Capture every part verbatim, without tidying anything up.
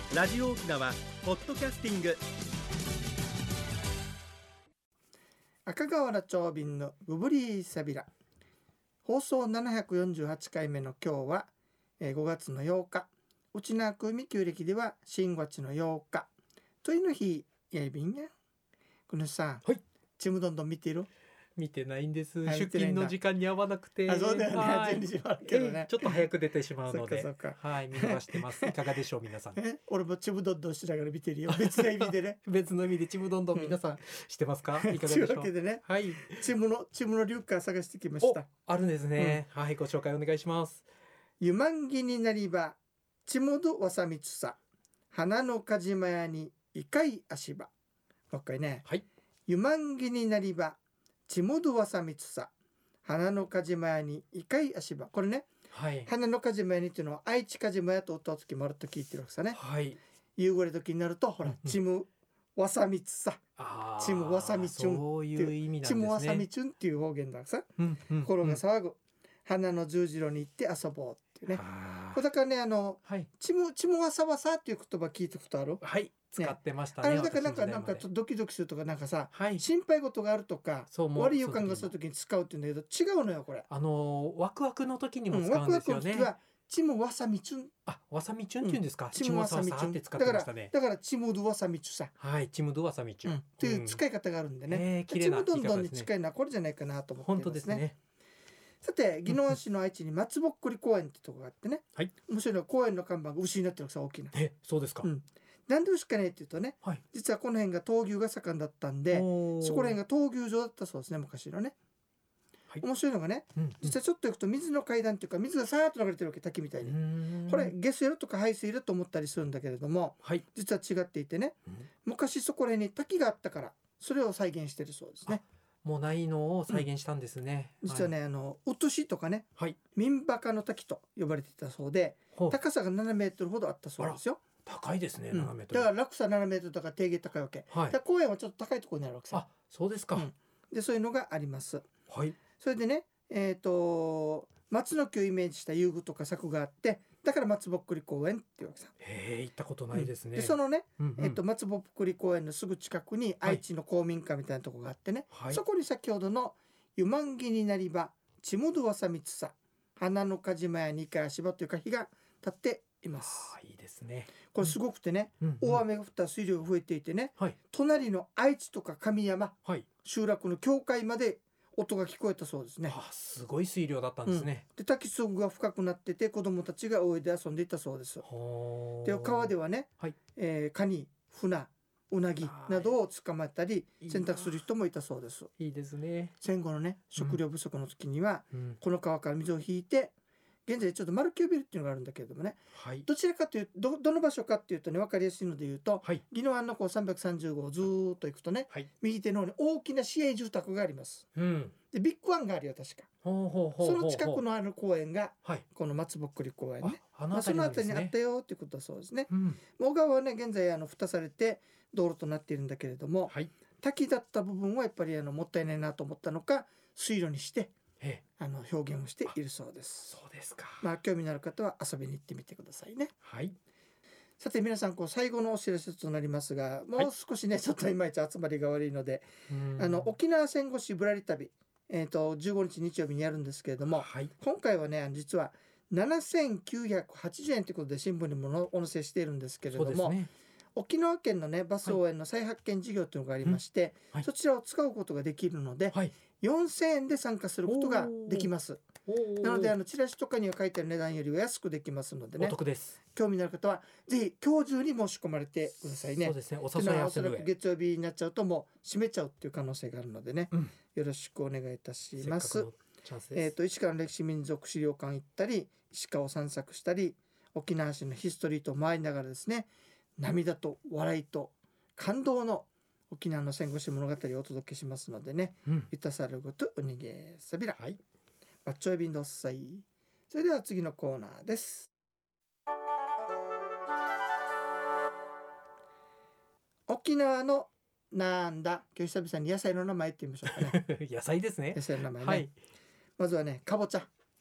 ラジオ沖縄ポッドキャスティング、 赤瓦長瓶のグブリーサビラ、放送ななひゃくよんじゅうはちかいめの今日は、えー、ごがつのようか、うちなくみ旧暦では新月のようかというの日やいびんや。このさ、 はい、 ちむどんどん見てる？ 見てないんです。 はい出勤の時間に合わなくて。 あ、そうだよね。 はいじゅうにじはあるけどね、 えーちょっと早く出てしまうのでそっかそっかはい、見逃してますいかがでしょう皆さん。 え俺もちむどんどんしながら見てるよ、別の意味でね別の意味でちむどんどん皆さんしてますか、いかがというでしょう。 わけでね、 はい、 ちむのちむのリュッカー探してきましおた。 あるんですね、はい、ご紹介お願いします。 ゆまんぎになりばちむどわさみつさ、花のかじまやにいかい足場。もう一回ね、 はい、 ゆまんぎになりばちむどわさみつさ、花のかじまやにいかい足場。これね、 はい、 花のかじまやにっていうのは愛知かじまやと歌う時もあると聞いてるわけさね。 はい、 夕暮れ時になるとほら、 うんうんちむわさみつさ、 あーちむわさみちゅんそういう意味なんですね。 ちむわさみちゅんっていう方言ださ。 うんうんうん、 心が騒ぐ、花の十字路に行って遊ぼうっていうね。 あーこれだからね、あのはいちむちむわさわさっていう言葉聞いたことある？ はい使ってましたね。 あれだからなんか私の時代までなんかちょっとドキドキするとかなんかさ、 はい、 心配事があるとかそうもう悪い予感がするときに使うっていうんだけど違うのよこれ。 あのーワクワクの時にもうん、 使ワクワうんですよね。 クの時はちむわさみちゅん、 あ、わさみちゅんって言うんですか。 ちちむわむわさみちゅんさみちゅんって使っだからてましたね。 だからちむどわさみちゅさ、 はい、ちむどわさみちゅん。 うん、っていう使い方があるんでね、 えー綺麗なちむどん言い方ですね。 どんに近いのはこれじゃないかなと思ってい本ますね。 当ですね。 さて宜野湾市の愛知に松ぼっくり公園ってとこがあってね、 はい、 面白いのは公園の看板が牛になってるさ、大きな。 え、そうですか。 うんなんで牛かねっていうとね、 はい。 実はこの辺が闘牛が盛んだったんで、 おーそこら辺が闘牛場だったそうですね、昔のね。 はい面白いのがね、 うんうん実はちょっと行くと水の階段っていうか水がさーっと流れてるわけ、滝みたいに。 うーんこれ下水路とか排水路と思ったりするんだけれども、 はい。 実は違っていてね、 うん昔そこら辺に滝があったからそれを再現してるそうですね。 もうないのを再現したんですね。 実はね、あのうとしとかね、 はい。 民馬鹿の滝と呼ばれていたそうで、 ほう高さがななメートルほどあったそうですよ。 高いですね。 うんななメートル。 だから落差ななメートルとか定義高いわけ。 はいだから公園はちょっと高いところにあるわけさ。 あ、そうですか。 うんでそういうのがあります。 はい。 それでね、えっ、と松の木をイメージした遊具とか柵があって、だから松ぼっくり公園っていうわけさ。 へえ、行ったことないですね。 でそのね、 うんうんえっと、松ぼっくり公園のすぐ近くに愛知の公民館みたいなところがあってね、 はい。 そこに先ほどのゆまんぎになりばちむどわさみつさ、花のかじまやにかい足場というか碑が立っています。 あーいいですね。 これすごくてね、 うんうん大雨が降ったら水量が増えていてね、 はい隣の愛知とか神山はい。 集落の境界まで音が聞こえたそうですね。 あ、すごい水量だったんですね。 で滝底が深くなってて子どもたちが泳いで遊んでいたそうです。 ほーで川ではね、 はいえーカニ、船、うなぎなどを捕まえたりいい洗濯する人もいたそうです。 いいですね。 戦後のね食料不足の時には、 うん。 この川から水を引いて、現在ちょっとマルキュービルっていうのがあるんだけれどもね、 はい。 どちらかというと ど, どの場所かっていうとね分かりやすいので言うと、 はい。 宜野湾のこうさんびゃくさんじゅうごをずーっと行くとね、 はい。 右手の方に大きな市営住宅があります。 うん。 でビッグワンがあるよ確か。 ほうほうほうほうほう。 その近くのある公園がはい。 この松ぼっくり公園ね。 あ、あまあ、その辺りなんですの辺りにあっね。 たよっていうことだそうですね。 うん。 小川はね現在あの蓋されて道路となっているんだけれども、 はい。 滝だった部分はやっぱりあのもったいないなと思ったのか水路にしてええ、 あの表現をしているそうです。 そうですか。 まあ興味のある方は遊びに行ってみてくださいね。 はい。 さて皆さんこう最後のお知らせとなりますが、もう少しねちょっといまいち集まりが悪いので、 うんあの沖縄戦後史ぶらり旅、えー、とじゅうごにち日曜日にやるんですけれども、 はい。 今回はね実はななせんきゅうひゃくはちじゅうえんということで新聞にもお載せしているんですけれども、 そうですね。 沖縄県のねバス応援の再発見事業というのがありまして、 うんはいそちらを使うことができるので、 はい。 よんせんえんで参加することができます。 おーなのであのチラシとかには書いてある値段よりは安くできますのでおね、 得です。 興味のある方はぜひ今日中に申し込まれてくださいね。 そうですね。おというの誘い合はおそらくわせる上。 月曜日になっちゃうともう閉めちゃうっていう可能性があるのでね、 うん。 よろしくお願いいたしせっますかくの。チャンスえー、 です。 と石川の歴史民族資料館行ったり石川を散策したり沖縄市のヒストリーと回りながらですね、涙と笑いと感動の沖縄の戦後史物語をお届けしますのでね、 うん。 ゆたさるごとうにげさびらはい。 バッチョイビンドッサイ。それでは次のコーナーです。沖縄のなんだ、今日久々に野菜の名前って言いましょうかね。 野菜ですね野。菜の名前ね、 はい。 まずはねかぼちゃ。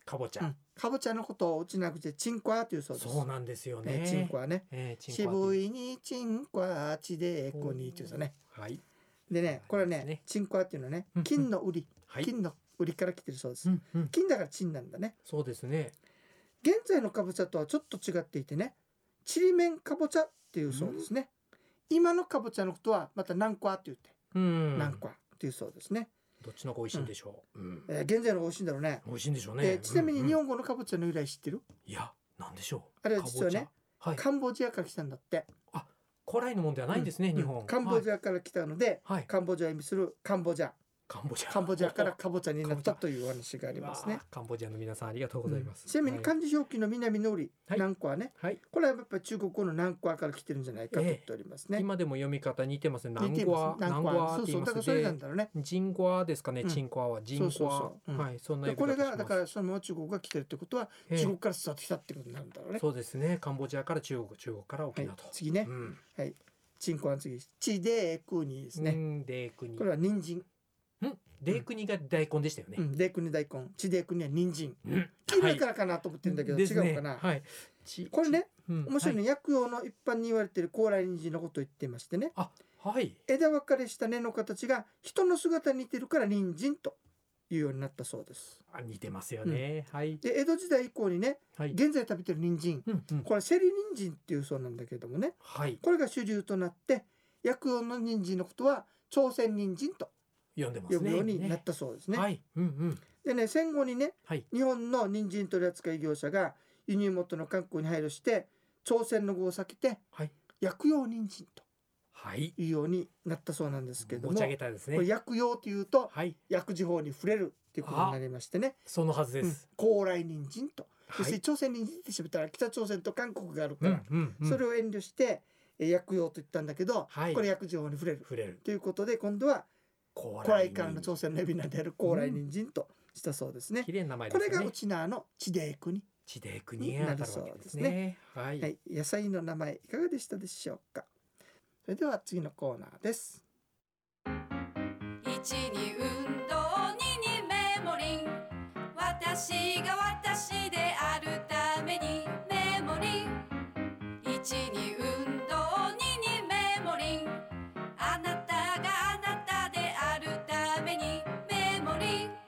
かぼちゃ、 うん、かぼちゃのことをうちなくてチンコアというそうです。 そうなんですよね、 えーチンコアね、 えー、チンコア渋いにチンコアちでこにっていうさね。 はいでね、これね、 ねチンコアっていうのはねうんうん、 金の売り、 はい、 金の売りから来てるそうです。 うんうん、 金だから金なんだね。 そうですね、 現在のかぼちゃとはちょっと違っていてね、ちりめんかぼちゃっていうそうですね。今のかぼちゃのことはまた南瓜って言って、 うん南瓜っていうそうですね。 どっちの方が美味しいんでしょう、うんえー現在の方が美味しいんだろうね。 美味しいんでしょうね、 でちなみにうんうん日本語のかぼちゃの由来知ってる？ いやなんでしょう、 あれは実はねかぼちゃ、はい、 カンボジアから来たんだって。 古来のもんではないんですね、 うん日本、 カンボジアから来たので、 はい、はい、 カンボジアを意味するカンボジア、 カンボジアカンボジアからかぼちゃになったというお話がありますね。 うわーカンボジアの皆さんありがとうございます、 うんちなみに漢字表記の南のり、 はい南瓜ね、 はい、 これはやっぱり中国語の南瓜から来てるんじゃないかと言っておりますね。 今でも読み方似てますね、 似て南ます瓜、南瓜って言いますそうそう、だからそれなんね、 だろうね。 ジンゴアですかね、 うんチンコアはジンそうそうコア、 そううんはい、そんなでこれ呼び方します。 がだからそのまま中国が来てるってことは、 ええ中国から伝わってきたってことになるんだろうね。 そうですね、カンボジアから中国、中国から沖はい縄と、、 次ねう、ん、 はい、チンコアの次、チデークニですね。 んで国、 これは人参、 んで国が大根でしたよねう。ん、デークニ大根、チデークニは人参。 うん黄色いからかなと思ってるんだけど、 ですね違うかな。 はい。ちこれね、、 ちうん面白いね、薬用の一般に言われている高麗人参のことを言っていましてね、 はい。はい。 枝分かれした根の形が人の姿に似てるから人参というようになったそうです。 あ、似てますよね。はい。 で江戸時代以降にね、 はい。 現在食べてる人参、 うんうん。 これセリ人参っていうそうなんだけどもね、 はい。 これが主流となって薬用の人参のことは朝鮮人参と読んでますね。 呼ぶようになったそうですね。 はい。うんうん。 でね、戦後にね、 はい。 日本の人参取扱業者が輸入元の韓国に配慮して朝鮮の語を避けてはい。 薬用人参とはい。 いうようになったそうなんですけども、 持ち上げたいですこれね。 薬用というとはい。 薬事法に触れるっていうことになりましてね、 そのはずでうんす。 高麗人参と、そはい。 して朝鮮人参ってしまったら北朝鮮と韓国があるかうら、 んうんうん。 それを遠慮してえー薬用と言ったんだけど、 はいこれ薬事法に触れる触れる。 ということで今度は古古来からの朝鮮の呼び名である高麗人参としたそうですね。 綺麗な名前でこれすよね。 がうちなの地で国、 地で国が当たるわけですね。はい。 はい、野菜の名前いかがでしたでしょうか。それでは次のコーナーです。 いちに運動ににメモリン、私が私であるためにメモリン、いちに運動ににメモリン、あなたがあなたであるためにメモリン。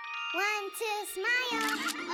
One, two, smile.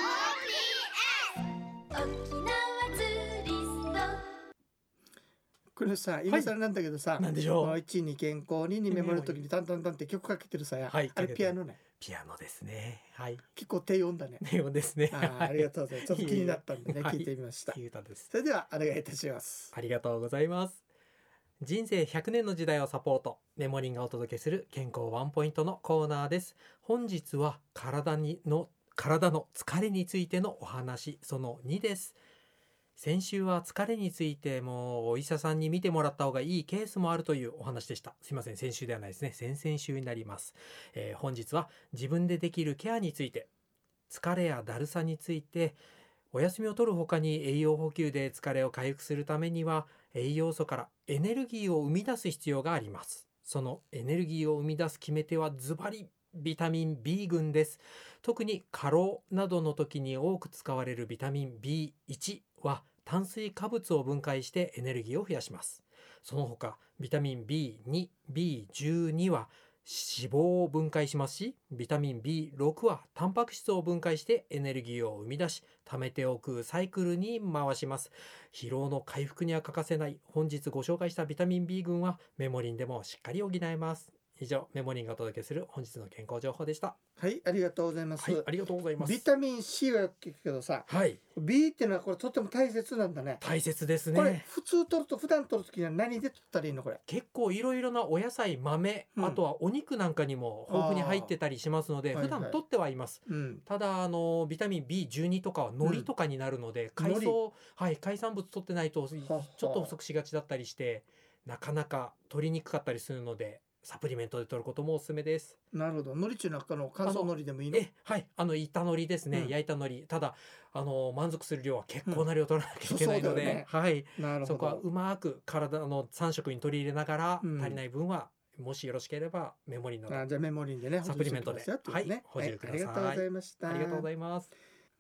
沖縄ツーリスト。 これさ今更なんだけどさ、 なんでしょう。 いちに健康ににメモるときにタンタンタンって曲かけてるさや、 はいあれピアノね、 ピアノですね。はい。 結構低音だね。 ネオですね。 あーありがとうございます。ちょっと気になったんでね、 はい聞いてみました。 いい歌です。 それではお願いいたします。 ありがとうございます。人生ひゃくねんの時代をサポート、メモリンがお届けする健康ワンポイントのコーナーです。本日は体にの体の疲れについてのお話そのにです。先週は疲れについてもうお医者さんに見てもらった方がいいケースもあるというお話でした。すいません、先週ではないですね。先々週になります。えー本日は自分でできるケアについて、疲れやだるさについて、お休みを取る他に栄養補給で疲れを回復するためには栄養素からエネルギーを生み出す必要があります。そのエネルギーを生み出す決め手はズバリビタミン B 群です。特に過労などの時に多く使われるビタミン ビーワン は炭水化物を分解してエネルギーを増やします。その他ビタミン ビーツー、ビーじゅうに は脂肪を分解しますし、ビタミン ビーシックス はタンパク質を分解してエネルギーを生み出し、貯めておくサイクルに回します。疲労の回復には欠かせない本日ご紹介したビタミン B 群はメモリンでもしっかり補えます。以上、メモリンがお届けする本日の健康情報でした。 はい、ありがとうございます。 はい、ありがとうございます。 ビタミン C はよく聞くけどさ、 はい、 B っていうのはこれとっても大切なんだね。 大切ですこれね。 普通取ると普段取るときには何で取ったらいいのこれ。 結構いろいろなお野菜、豆、 うんあとはお肉なんかにも豊富に入ってたりしますので、 あー普段取ってはいます。 うん。 ただあのビタミン ビーじゅうに とかは海苔とかになるので、海海藻、はい、海産物取ってないとちははょっと不足しがちだったりしてなかなか取りにくかったりするので、サプリメントで取ることもおすすめです。 なるほど。海苔中の中の乾燥海苔でもいいの？ えはい、あの板海苔ですね、 うん焼いた海苔。ただあの満足する量は結構な量取らなきゃいけないので、 うんそうだよねはい、 なるほそこはど。 うまく体のさん食に取り入れながら、 うん足りない分はもしよろしければメモリーなどあじゃあメモリーでね、 サプリメントで補充しておきますよっていうねはい補充くださいありがとうございました。 ありがとうございます。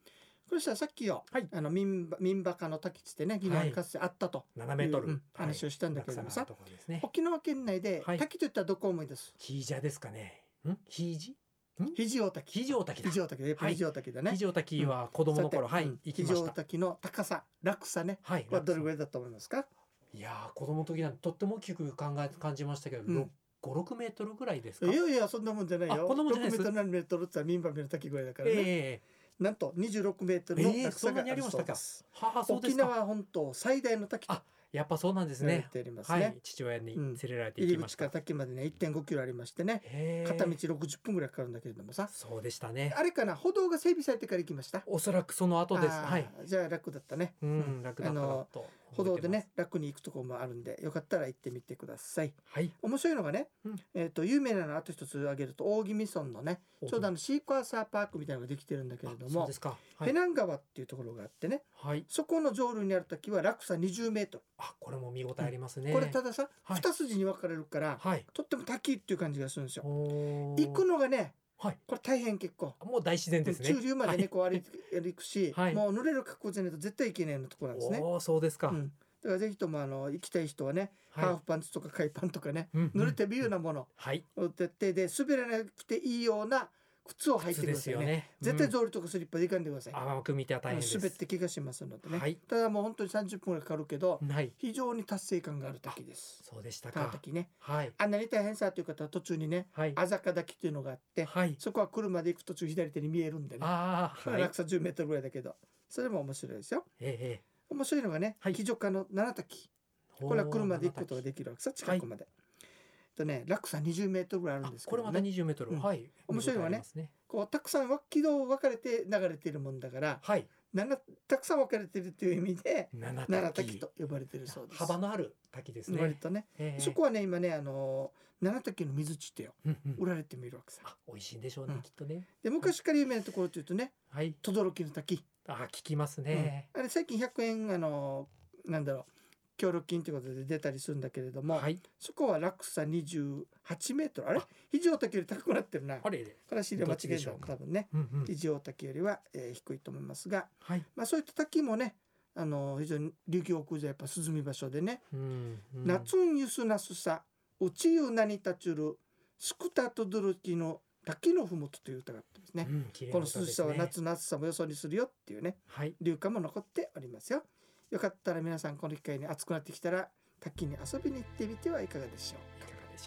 これささっきよ、 はいあの民馬民馬化の滝っつってね、宜野湾にかつてあったと、 ななメートル、 うん話をしたんだけどもさ落差のあるところですね。 沖縄県内ではい滝といったらどこを思い出す？ ヒージャですかね。んヒージ肘大滝。 肘大滝だ。 肘大滝でやっぱはい肘大滝だね。 肘大滝は子供の頃、はい、 うん行きま肘大した。 滝の高さ、落差ね。 はい。 これはどれぐらいだと思いますか？ いやー子供の時なんてとっても大きく考え感じましたけど、 うんご、ろくメートルぐらいですか。 いやいやそんなもんじゃないよ。 あこんなもんじゃないですろくメートルななメートルって言ったら民馬の滝ぐらいだからね。 えなんとにじゅうろくメートルのえー、 落差があるそんなにありましたか。 そうです。 はあ、そうです沖か。 縄本島最大の滝とあやっぱそうなんです言われね。 ておりますはね。 い、父親にうん連れられて行きました。 入り口から滝までね いってんごキロありましてね、 へー片道ろくじゅっぷんぐらいかかるんだけれどもさ、 そうでしたね。 あれかな、歩道が整備されてから行きました。 おそらくその後です。 あーはい。 じゃあ楽だったね。 ううんん、楽だったなと。 歩道でね。楽に行くところもあるんで、よかったら行ってみてください。 はい。 面白いのがね、 うんえっ、と有名なのあと一つ挙げると大宜味村のね、ちょうどあのシークワーサーパークみたいなのができてるんだけれどもあそうで、すか。はい。 ペナン川っていうところがあってね、 はい。 そこの上流にある滝は落差にじゅうメートル。 あ、これも見応えありますね。 これたださ、 はい二筋に分かれるから、 はい。 とっても滝っていう感じがするんですよ。 おー行くのがね、 はい。 これ大変結構。 もう大自然ですね。 中流までね、こう歩いて歩くし、 はいもう濡れる格好じゃないと絶対行けないようなところなんですね。 おお、そうですか。 うん、だからぜひともあの行きたい人はね、 はいハーフパンツとか海パンとかね、 うんうん濡れてるようなものはい。 を売ってで滑らなくていいような靴を履いて靴でくださいね。 すよね。 絶対うん草履とかスリッパで行かんでください。 甘く見ては大変です。 滑って怪我しますのでね。 はい。 ただもう本当にさんじゅっぷんぐらいかかるけど、 はい。 非常に達成感がある滝です。 そうでしたか。 ター滝ね。 はい。 あんなに大変さという方は途中にね、 はい。 あざか滝っていうのがあって、 はい。 そこは車で行く途中左手に見えるんでね。 ああ、はい。 落差じゅうメートルぐらいだけど、それも面白いですよ。 ええ。 面白いのがね、 はい基準化の七滝。これは車で行くことができるわけさ、近くまで。とね、落差にじゅうメートルぐらいあるんですけどこれまたね。 にじゅうメートル。 うんはい。 面白いのはね見応えありますね。 こうたくさん軌道分かれて流れているもんだから、 はい。 ななたくさん分かれているという意味で七滝。 七滝と呼ばれているそうです。 幅のある滝ですね。 割とね。 ええそこはね今ねあのー七滝の水地ってようんうん売られてみるわけさ。 あ、美味しいんでしょうねうん、 きっとね。 で昔から有名なところというとね、 はい。 轟の滝。 あ、聞きますね。 うんあれ最近ひゃくえんあのーなんだろう協力金ということで出たりするんだけれども、 はい。 そこは落差にじゅうはちメートル。あれあ肘大滝より高くなってるな。 あれれ。 から知り間違いだどっちでしょうか多分ね。 うんうん。 肘大滝よりは、えー低いと思いますが、 はい。 まあ、そういった滝もねあの非常に琉球奥じゃやっぱ涼み場所でね、 うんうん。 夏んゆすなすさうちゆなにたちゅるすくたとどるきの滝のふもとという歌があってですね、 うん綺麗こな歌ですねの涼しさは夏の暑さもよそにするよっていうねはい。 流歌も残っておりますよ。よかったら皆さんこの機会に暑くなってきたら滝に遊びに行ってみてはいかがでしょういかがでしょ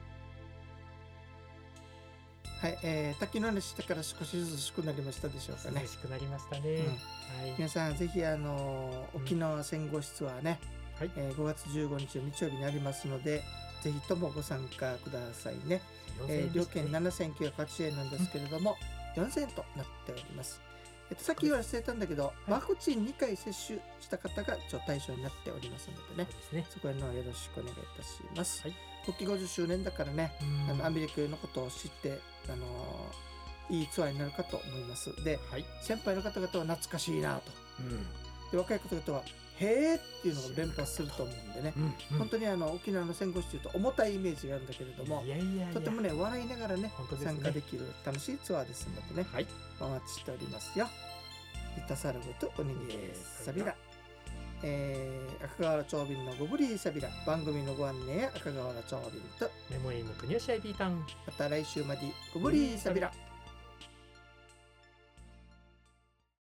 か。はい、えー、滝の話してから少し涼しくなりましたでしょうかう。 ね涼。しくなりましたね。 うんはい。 皆さんぜひあのー沖縄戦後室はね、 はい。 えー、ごがつじゅうごにちの日曜日にありますのでぜひともご参加くださいね。えー、料金ななせんきゅうひゃくはちじゅうえんなんですけれども、よんせんえんとなっております。えっと、さっき言わせたんだけど、 いワクチンにかい接種した方がちょ対象になっておりますのでねそうで、すね。 そこへのよろしくお願いいたします。 はい復帰ごじゅっしゅうねんだからね、あのアはメリカのことを知って、あのーいいツアーになるかと思います。で、 い。 先輩の方々は懐かしいなと。 うん。 で、若い方々は、へーっていうのを連発すると思うんでね、 うん。 本当にあの沖縄の戦後史というと重たいイメージがあるんだけれどもい、やいやいや。 とてもね笑いながらね本当ですね参加できる楽しいツアーですのでねはい。 お待ちしておりますよ。いたさるごとおにぎりさびら、えー、赤瓦町便のごぶりさびら番組のご案内や赤瓦町便とメモリーの国吉アイビータン。 また来週までごぶりさびら。